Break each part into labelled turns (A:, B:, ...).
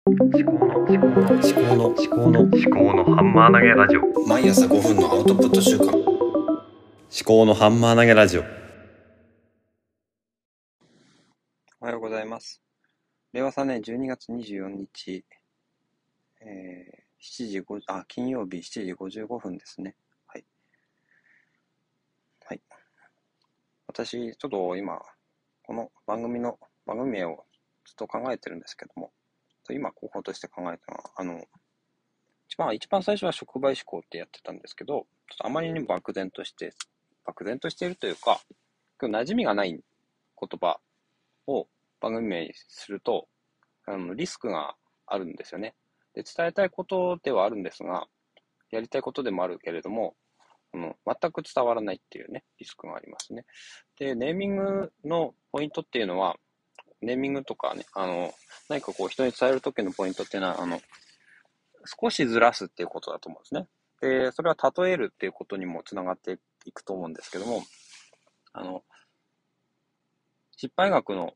A: 思考のハンマー投げラジオ。
B: 毎朝5分のアウトプット週間。
C: 思考のハンマー投げラジオ。
D: おはようございます。令和3年12月24日、金曜日7時55分ですね。はい。私、ちょっと今、この番組名をずっと考えてるんですけども、今候補として考えたのは、一番最初は触媒思考ってやってたんですけど、ちょっとあまりにも漠然としているというか、馴染みがない言葉を番組名にすると、リスクがあるんですよね。で、伝えたいことではあるんですが、やりたいことでもあるけれども、全く伝わらないっていうね、リスクがありますね。で、ネーミングのポイントっていうのは、ネーミングとかね、何か人に伝えるときのポイントっていうのは、少しずらすっていうことだと思うんですね。で、それは例えるっていうことにもつながっていくと思うんですけども、失敗学の、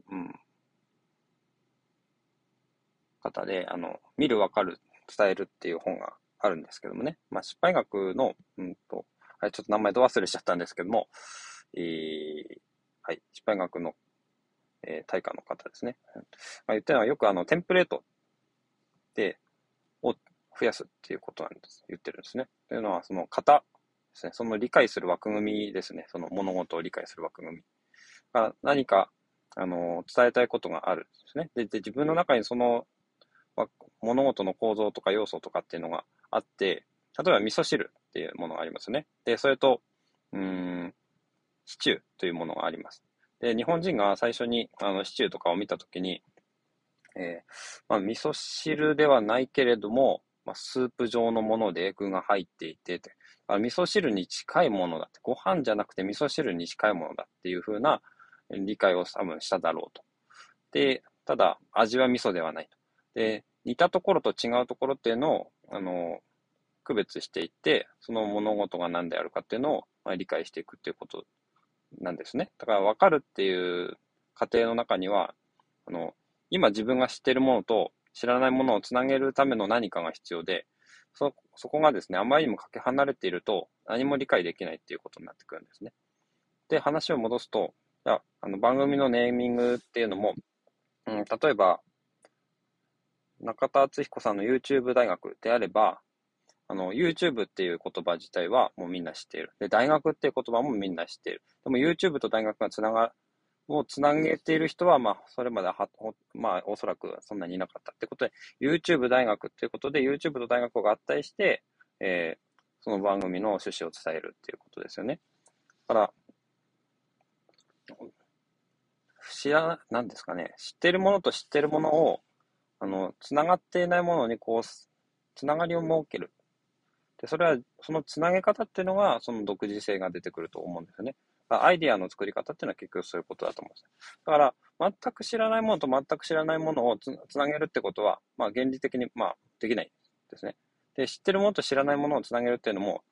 D: 方で、見る、わかる、伝えるっていう本があるんですけどもね。失敗学の、ちょっと名前ど忘れしちゃったんですけども、失敗学の、大家の方ですね。言ってるのはよくテンプレートを増やすっていうことなんです。言ってるんですね。というのは、その型ですね。その理解する枠組みですね。その物事を理解する枠組み。何か、伝えたいことがあるんですね。で、自分の中にその物事の構造とか要素とかっていうのがあって、例えば味噌汁っていうものがありますね。で、それと、シチューというものがあります。で、日本人が最初にシチューとかを見たときに、味噌汁ではないけれども、スープ状のもので具が入っていて、味噌汁に近いものだって、ご飯じゃなくて味噌汁に近いものだっていう風な理解を多分しただろうと。で、ただ味は味噌ではないと。で、似たところと違うところっていうのを、区別していって、その物事が何であるかっていうのを、理解していくっていうことなんですね。だから分かるっていう過程の中には、今自分が知っているものと知らないものをつなげるための何かが必要で、そこがですね、あまりにもかけ離れていると何も理解できないっていうことになってくるんですね。で、話を戻すと、番組のネーミングっていうのも、例えば、中田敦彦さんの YouTube 大学であれば、YouTube っていう言葉自体はもうみんな知っている。で、大学っていう言葉もみんな知っている。でも YouTube と大学がつなげている人は、それまでおそらくそんなにいなかったってことで、YouTube 大学っていうことで、YouTube と大学を合体して、その番組の趣旨を伝えるっていうことですよね。だから、なんですかね、知っているものと知っているものを、つながっていないものにつながりを設ける。で、それは、そのつなげ方っていうのが、その独自性が出てくると思うんですよね。アイディアの作り方っていうのは結局そういうことだと思うんです。だから、全く知らないものと全く知らないものをつなげるってことは、原理的に、できないですね。で、知ってるものと知らないものをつなげるっていうのも、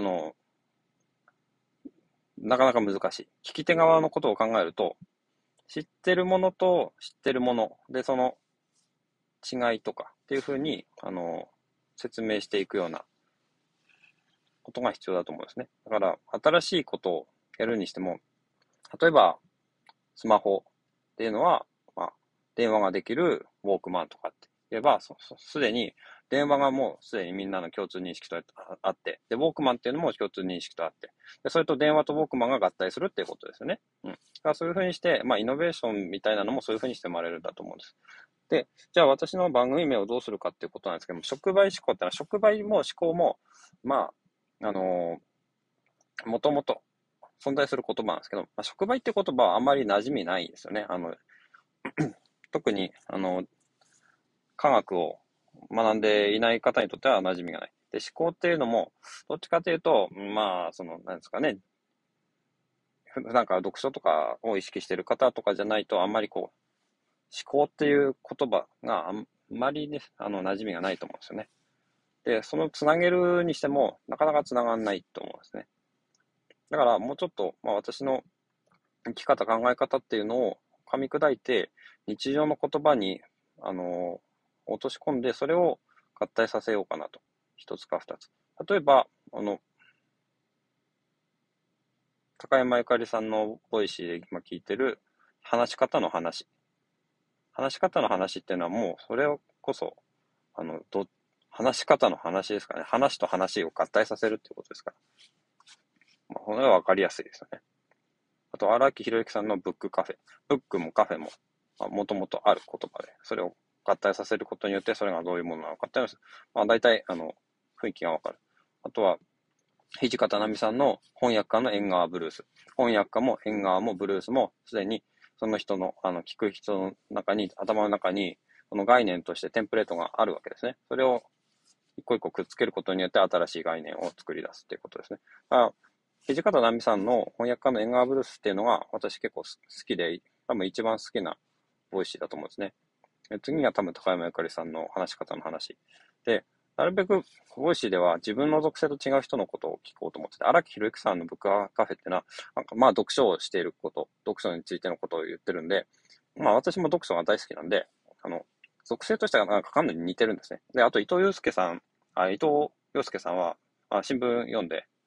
D: なかなか難しい。聞き手側のことを考えると、知ってるものと知ってるもので、その違いとかっていうふうに、説明していくようなことが必要だと思うんですね。だから、新しいことをやるにしても、例えば、スマホっていうのは、電話ができるウォークマンとかって言えば、すでに、電話がもうすでにみんなの共通認識とあって、で、ウォークマンっていうのも共通認識とあって、で、それと電話とウォークマンが合体するっていうことですよね。だからそういうふうにして、イノベーションみたいなのもそういうふうにして生まれるんだと思うんです。で、じゃあ私の番組名をどうするかっていうことなんですけども、触媒思考ってのは、触媒も思考も、もともと存在する言葉なんですけど、触媒って言葉はあまり馴染みないですよね。特に、科学を学んでいない方にとっては馴染みがない。で、思考っていうのも、どっちかというと、なんですかね、普段から読書とかを意識している方とかじゃないと、あんまり思考っていう言葉があんまりね、馴染みがないと思うんですよね。で、そのつなげるにしても、なかなかつながんないと思うんですね。だから、もうちょっと、私の生き方、考え方っていうのを噛み砕いて、日常の言葉に、 落とし込んで、それを合体させようかなと。一つか二つ。例えば、高山ゆかりさんのボイシーで今聞いてる話し方の話。話し方の話っていうのはもう、それこそ、話し方の話ですかね。話と話を合体させるっていうことですから。まあ、これはわかりやすいですよね。あと、荒木博之さんのブックカフェ。ブックもカフェも、もともとある言葉で、それを合体させることによって、それがどういうものなのかっていうのは、まあ、大体、雰囲気がわかる。あとは、土方奈美さんの翻訳家の縁側ブルース。翻訳家も縁側もブルースも、すでに、その人の、聞く人の中に、頭の中に、その概念としてテンプレートがあるわけですね。それを一個一個くっつけることによって新しい概念を作り出すっていうことですね。土方奈美さんの翻訳家の縁側ブルースっていうのが私結構好きで、多分一番好きなボイシーだと思うんですね。次が多分高山ゆかりさんの話し方の話。で、なるべくボイシーでは自分の属性と違う人のことを聞こうと思ってて、荒木博之さんのブックカフェっていうのは、なんかまあ読書をしていること、読書についてのことを言ってるんで、まあ私も読書が大好きなんで、属性としてはなんかかなり似てるんですね。で、あと伊藤洋介さんは、新聞読んで、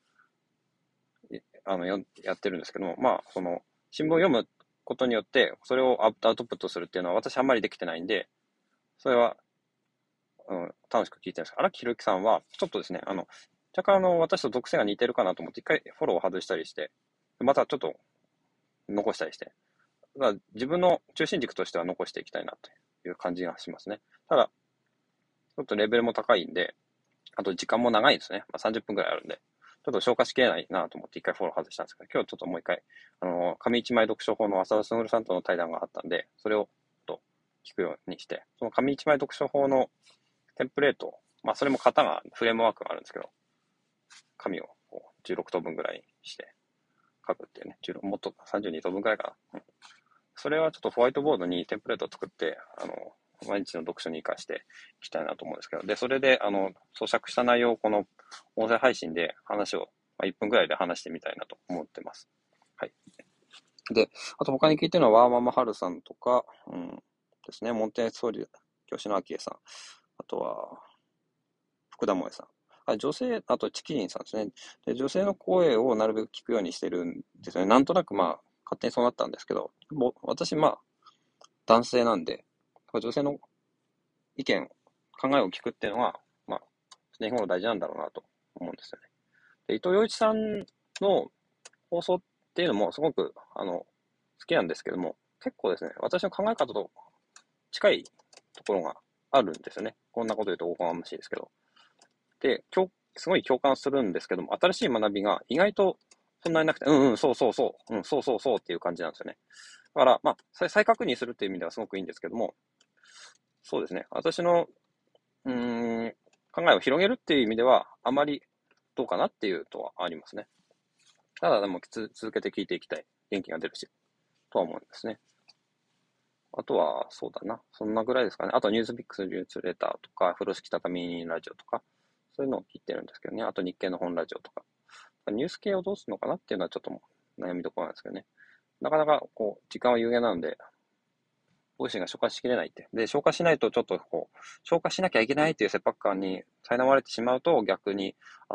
D: やってるんですけども、まあ、新聞を読むことによって、それをアウトプットするっていうのは私あんまりできてないんで、それは、楽しく聞いてるんです。荒木宏之さんは、ちょっとですね、若干私と属性が似てるかなと思って、一回フォローを外したりして、またちょっと残したりして、自分の中心軸としては残していきたいなという感じがしますね。ただ、ちょっとレベルも高いんで、あと時間も長いですね。まあ、30分くらいあるんで、ちょっと消化しきれないなと思って一回フォロー外したんですけど、今日ちょっともう一回、紙一枚読書法の浅田卓さんとの対談があったんで、それをと聞くようにして、その紙一枚読書法のテンプレート、まあそれも型が、フレームワークがあるんですけど、紙を16等分ぐらいにして書くっていうね、もっと32等分ぐらいかな。それはちょっとホワイトボードにテンプレートを作って、毎日の読書に活かしていきたいなと思うんですけど、で、それで、咀嚼した内容をこの音声配信で話を、1分ぐらいで話してみたいなと思ってます。はい。で、あと他に聞いてるのは、ワーママハルさんとか、ですね、モンテッソーリ、吉野明恵さん、あとは、福田萌さん。女性、あとチキリンさんですね。で、女性の声をなるべく聞くようにしてるんですよね。なんとなくまあ、勝手にそうなったんですけど、私まあ、男性なんで、女性の意見、考えを聞くっていうのは、まあ、常日頃大事なんだろうなと思うんですよね。で、伊藤洋一さんの放送っていうのもすごく、好きなんですけども、結構ですね、私の考え方と近いところがあるんですよね。こんなこと言うとおこがましいですけど。で、すごい共感するんですけども、新しい学びが意外とそんなになくて、そうそうそう、そうそうそうっていう感じなんですよね。だから、まあ、再確認するっていう意味ではすごくいいんですけども、そうですね、私の、考えを広げるっていう意味では、あまりどうかなっていうとはありますね。ただでも続けて聞いていきたい。元気が出るし、とは思うんですね。あとは、そうだな。そんなぐらいですかね。あと、ニュースピックスニュースレターとか、風呂敷畳ラジオとか、そういうのを聞いてるんですけどね。あと、日経の本ラジオとか。ニュース系をどうするのかなっていうのはちょっと悩みどころなんですけどね。なかなか、時間は有限なので、ボイシーが消化しきれないって。で、消化しないとちょっと消化しなきゃいけないっていう切迫感に苛まれてしまうと、逆に、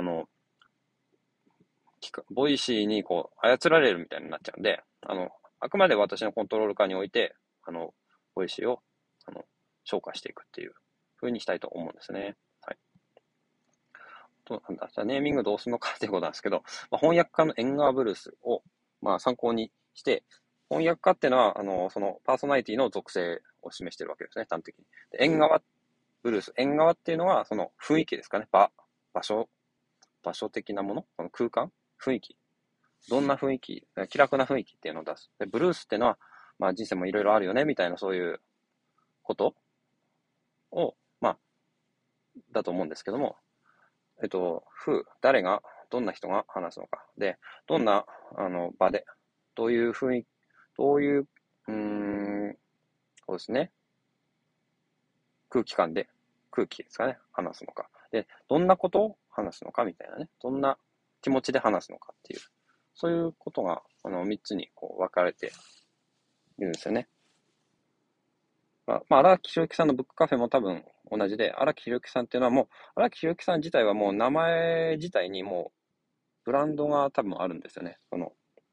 D: ボイシーに操られるみたいになっちゃうんで、あくまで私のコントロール下において、ボイシーを、消化していくっていう風にしたいと思うんですね。はい。なんだ、じゃあネーミングどうするのかっていうことなんですけど、翻訳家のエンガー・ブルースを、参考にして、翻訳家っていうのは、そのパーソナリティの属性を示してるわけですね、端的に。で、縁側、ブルース。縁側っていうのは、その雰囲気ですかね。場所的なもの、この空間雰囲気。どんな雰囲気、気楽な雰囲気っていうのを出す。で、ブルースっていうのは、人生もいろいろあるよね、みたいなそういうことを、だと思うんですけども、誰が、どんな人が話すのか。で、どんな、場で、どういう雰囲気、どういう、そうですね、空気感で、空気ですかね、話すのか。で、どんなことを話すのかみたいなね、どんな気持ちで話すのかっていう、そういうことが、3つに分かれているんですよね。荒木宏之さんのブックカフェも多分、 同じで、荒木宏之さんっていうのはもう、荒木宏之さん自体はもう名前自体にもうブランドが多分あるんですよね。その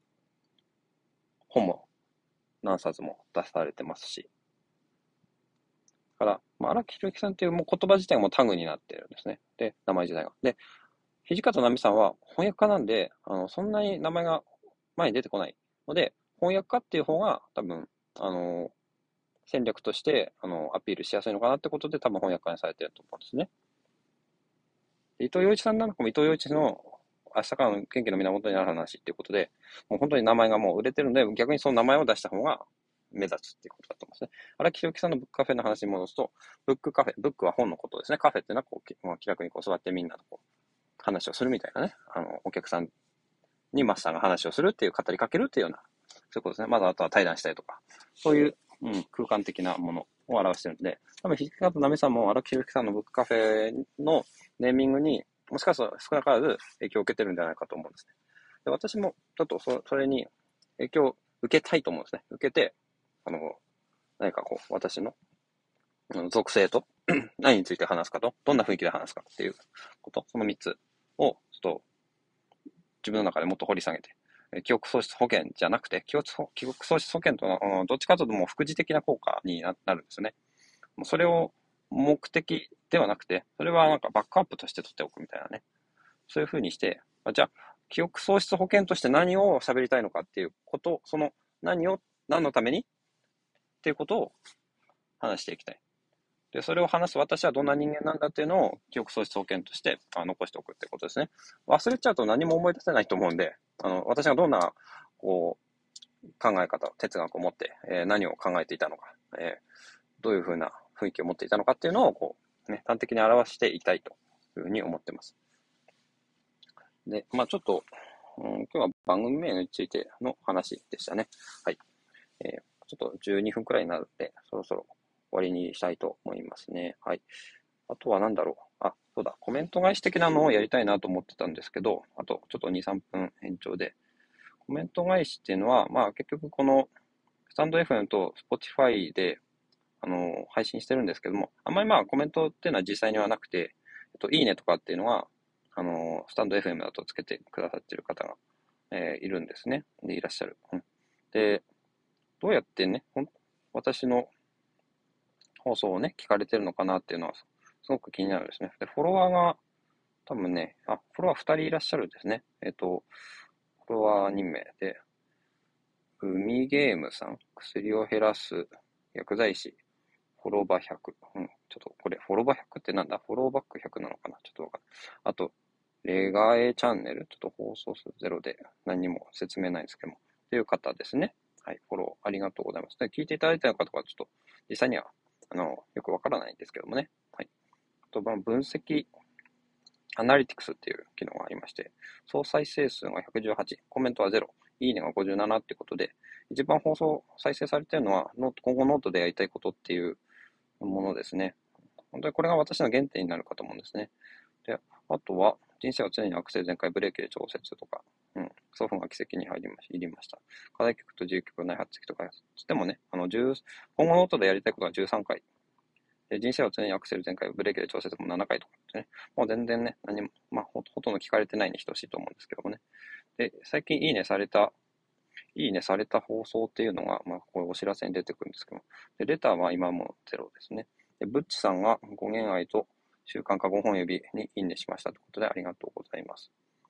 D: 本も何冊も出されてますし。だから、荒木宏之さんっていうもう言葉自体がもうタグになってるんですね。で、名前自体が。で、土方奈美さんは翻訳家なんで、そんなに名前が前に出てこないので、翻訳家っていう方が多分、戦略として、アピールしやすいのかなってことで多分翻訳家にされてると思うんですね。伊藤洋一さんなんかも伊藤洋一の明日からの元気の源になる話っていうことで、もう本当に名前がもう売れてるので、逆にその名前を出した方が目立つっていうことだと思うんですね。荒木宏之さんのブックカフェの話に戻すと、ブックカフェ、ブックは本のことですね。カフェっていうのはこう、気楽にこう座ってみんなとこう話をするみたいなね。お客さんにマスターが話をするっていう語りかけるっていうような、そういうことですね。まだあとは対談したりとか、そういう、空間的なものを表してるんで、多分、土方奈美さんも荒木宏之さんのブックカフェのネーミングにもしかしたら少なからず影響を受けてるんじゃないかと思うんですね。で、私もちょっとそれに影響を受けたいと思うんですね。受けて、何かこう、私の属性と何について話すかと、どんな雰囲気で話すかっていうこと、その3つをちょっと自分の中でもっと掘り下げて、記憶喪失保険じゃなくて、記憶喪失保険との、どっちかというともう副次的な効果になるんですよね。もうそれを目的ではなくて、それはなんかバックアップとして取っておくみたいなね。そういう風にして、じゃあ、記憶喪失保険として何を喋りたいのかっていうこと、その何のためにっていうことを話していきたい。で、それを話す私はどんな人間なんだっていうのを記憶喪失保険として残しておくってことですね。忘れちゃうと何も思い出せないと思うんで、私がどんな、こう、考え方、哲学を持って、何を考えていたのか、どういうふうな雰囲気を持っていたのかっていうのを、こう、ね、端的に表していきたいというふうに思ってます。で、ちょっと、今日は番組名についての話でしたね。はい。ちょっと12分くらいになるので、そろそろ終わりにしたいと思いますね。はい。あとは何だろう。そうだ。コメント返し的なのをやりたいなと思ってたんですけど、あとちょっと2、3分延長で。コメント返しっていうのは、結局このスタンド FM と Spotify で、配信してるんですけども、あんまりコメントっていうのは実際にはなくて、いいねとかっていうのは、スタンド FM だとつけてくださってる方が、いるんですね。で、いらっしゃる。で、どうやってね、私の放送をね、聞かれてるのかなっていうのは、すごく気になるんですね。で、フォロワーが、多分ね、フォロワー2人いらっしゃるんですね。フォロワー2名で、海ゲームさん、薬を減らす薬剤師、フォロバ100。ちょっとこれ、フォロバ100ってなんだフォローバック100なのかなちょっとわかんない。あと、レガエチャンネル、ちょっと放送数ゼロで何にも説明ないんですけども、っていう方ですね。はい、フォローありがとうございます。で聞いていただいたのかとか、ちょっと実際には、よくわからないんですけどもね。はい。あと、分析、アナリティクスっていう機能がありまして、総再生数が118、コメントは0、いいねが57ってことで、一番放送再生されてるのは、今後ノートでやりたいことっていうものですね。本当にこれが私の原点になるかと思うんですね。で、あとは、人生は常にアクセル全開、ブレーキで調節とか、祖父が奇跡に入りました。課題曲と自由曲内発的とか、つってもね、今後ノートでやりたいことが13回。で、人生は常にアクセル全開、ブレーキで調節も7回とかってね、もう全然ね、何も、ほとんど聞かれてないに等しいと思うんですけどもね。で、最近いいねされた放送っていうのが、こういうお知らせに出てくるんですけども、で、レターは今もゼロですね。で、ブッチさんが語源愛と習慣化5本指にいいねしましたということでありがとうございます。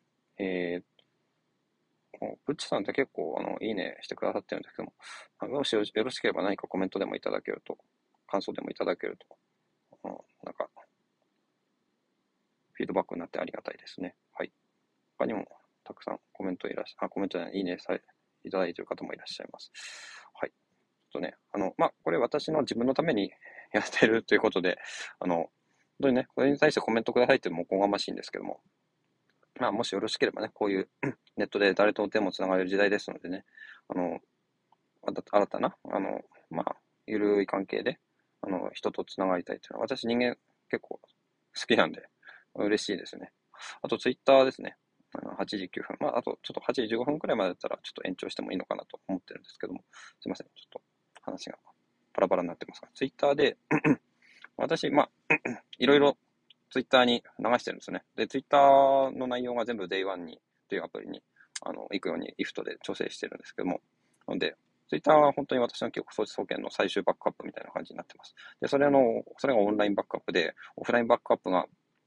D: ブッチさんって結構、いいねしてくださってるんですけども、もしよろしければ何かコメントでもいただけると、感想でもいただけると、なんか、フィードバックになってありがたいですね。はい。他にも、たくさんコメントじゃない、いいねいただいている方もいらっしゃいます。はい。ちょっとね、これ私の自分のためにやってるということで、本当にね、これに対してコメントくださいっていうのもおこがましいんですけども、もしよろしければね、こういうネットで誰とでもつながれる時代ですのでね、新たな、ゆるい関係で、人とつながりたいというのは、私人間結構好きなんで、嬉しいですね。あとツイッターですね。8時9分。あとちょっと8時15分くらいまでだったら、ちょっと延長してもいいのかなと思ってるんですけども、すいません。ちょっと話がパラパラになってますが、ツイッターで私、いろいろツイッターに流してるんですね。で、ツイッターの内容が全部 Day1 にというアプリに行くように IFT で調整してるんですけども。なので、ツイッターは本当に私の記憶装置総研の最終バックアップみたいな感じになってます。で、それがオンラインバックアップで、オフラインバックアップが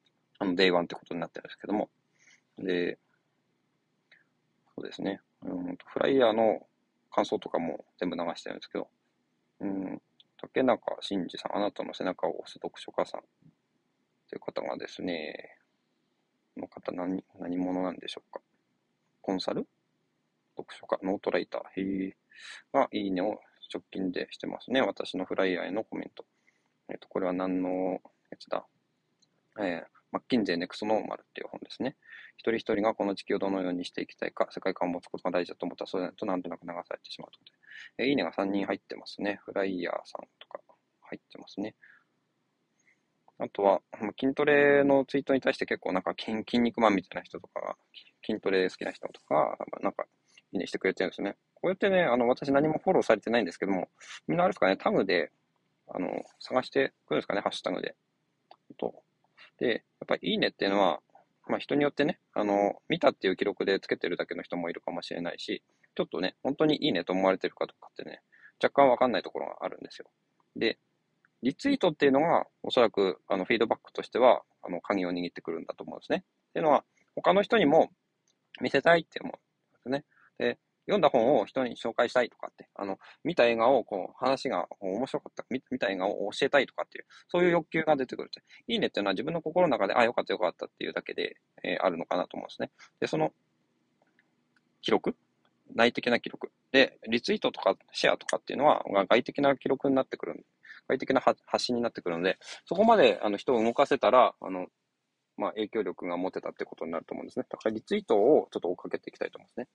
D: Day1 ってことになってるんですけども。で、そうですね。フライヤーの感想とかも全部流してるんですけど、竹中真嗣さん、あなたの背中を押す読書家さんという方がですね、この方何者なんでしょうか。コンサル読書家、ノートライター、がいいねを直近でしてますね。私のフライヤーへのコメント。これは何のやつだマッキンゼーネクストノーマルっていう本ですね。一人一人がこの地球をどのようにしていきたいか、世界観を持つことが大事だと思ったら、それとなんとなく流されてしまうということで。いいねが3人入ってますね。フライヤーさんとか入ってますね。あとは、筋トレのツイートに対して結構なんか筋肉マンみたいな人とかが、筋トレ好きな人とかが、なんか、いいねしてくれてるんですね。こうやってね、私何もフォローされてないんですけども、みんなあれですかね、タグで、探してくるんですかね、ハッシュタグで。で、やっぱりいいねっていうのは、人によってね、見たっていう記録でつけてるだけの人もいるかもしれないし、ちょっとね、本当にいいねと思われてるかとかってね、若干わかんないところがあるんですよ。で、リツイートっていうのが、おそらく、フィードバックとしては、鍵を握ってくるんだと思うんですね。っていうのは、他の人にも見せたいって思うんですね。で、読んだ本を人に紹介したいとかって、見た映画を、話が面白かった、見た映画を教えたいとかっていう、そういう欲求が出てくるって。いいねっていうのは自分の心の中で、よかったよかったっていうだけで、あるのかなと思うんですね。で、その記録内的な記録。で、リツイートとかシェアとかっていうのは、外的な記録になってくる。外的な発信になってくるので、そこまで人を動かせたら、影響力が持てたってことになると思うんですね。だからリツイートをちょっと追っかけていきたいと思うんですね。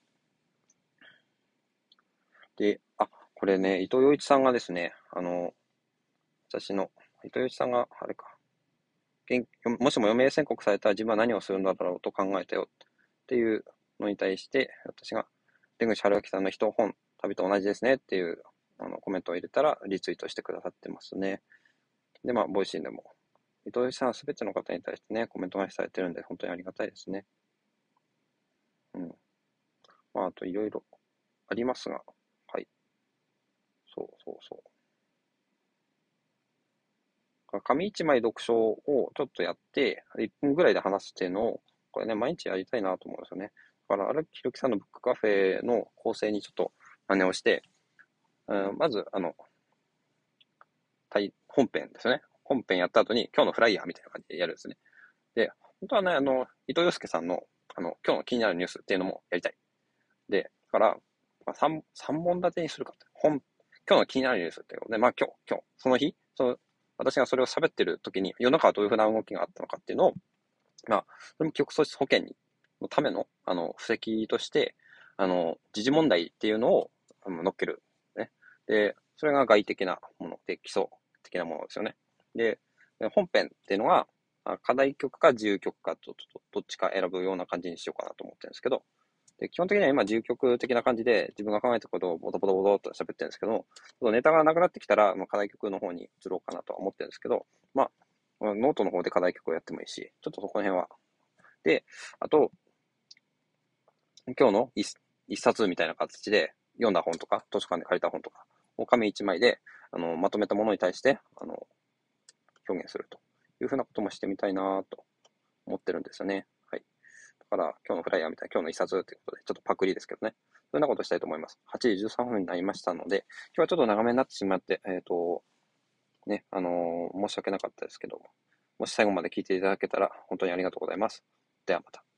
D: で、これね、伊藤洋一さんがですね、私の、伊藤洋一さんが、あれか、もしも余命宣告されたら自分は何をするんだろうと考えたよっていうのに対して、私が、出口春明さんの一本、旅と同じですねっていうコメントを入れたらリツイートしてくださってますね。で、ボイシーでも、伊藤洋一さんはすべての方に対してね、コメントがされてるんで、本当にありがたいですね。あといろいろありますが、はい。そう。紙一枚読書をちょっとやって、1分ぐらいで話すっていうのを、これね、毎日やりたいなと思うんですよね。だから、荒木ひろきさんのブックカフェの構成にちょっと真似をして、まず、本編ですね。本編やった後に、今日のフライヤーみたいな感じでやるんですね。で、本当はね、伊藤洋介さんの、今日の気になるニュースっていうのもやりたい。で、だから、三本立てにするかって。今日の気になるニュースっていうことで、今日、その日、私がそれを喋ってる時に、世の中はどういうふうな動きがあったのかっていうのを、それも記憶喪失保険のための、布石として、時事問題っていうのを、乗っける。ね。で、それが外的なもので、基礎的なものですよね。で、本編っていうのが、課題曲か自由曲かと、どっちか選ぶような感じにしようかなと思ってるんですけど、で、基本的には今自由曲的な感じで自分が考えたことをボトボトボトっと喋ってるんですけど、ネタがなくなってきたら、課題曲の方に移ろうかなとは思ってるんですけど、ノートの方で課題曲をやってもいいし、ちょっとそこら辺は。で、あと、今日の一冊みたいな形で読んだ本とか、図書館で借りた本とかを紙一枚で、まとめたものに対して、表現するというふうなこともしてみたいなと思ってるんですよね。はい。だから、今日のフライヤーみたいな、今日の一冊ということで、ちょっとパクリですけどね。そんなことしたいと思います。8時13分になりましたので、今日はちょっと長めになってしまって、申し訳なかったですけども、もし最後まで聞いていただけたら本当にありがとうございます。ではまた。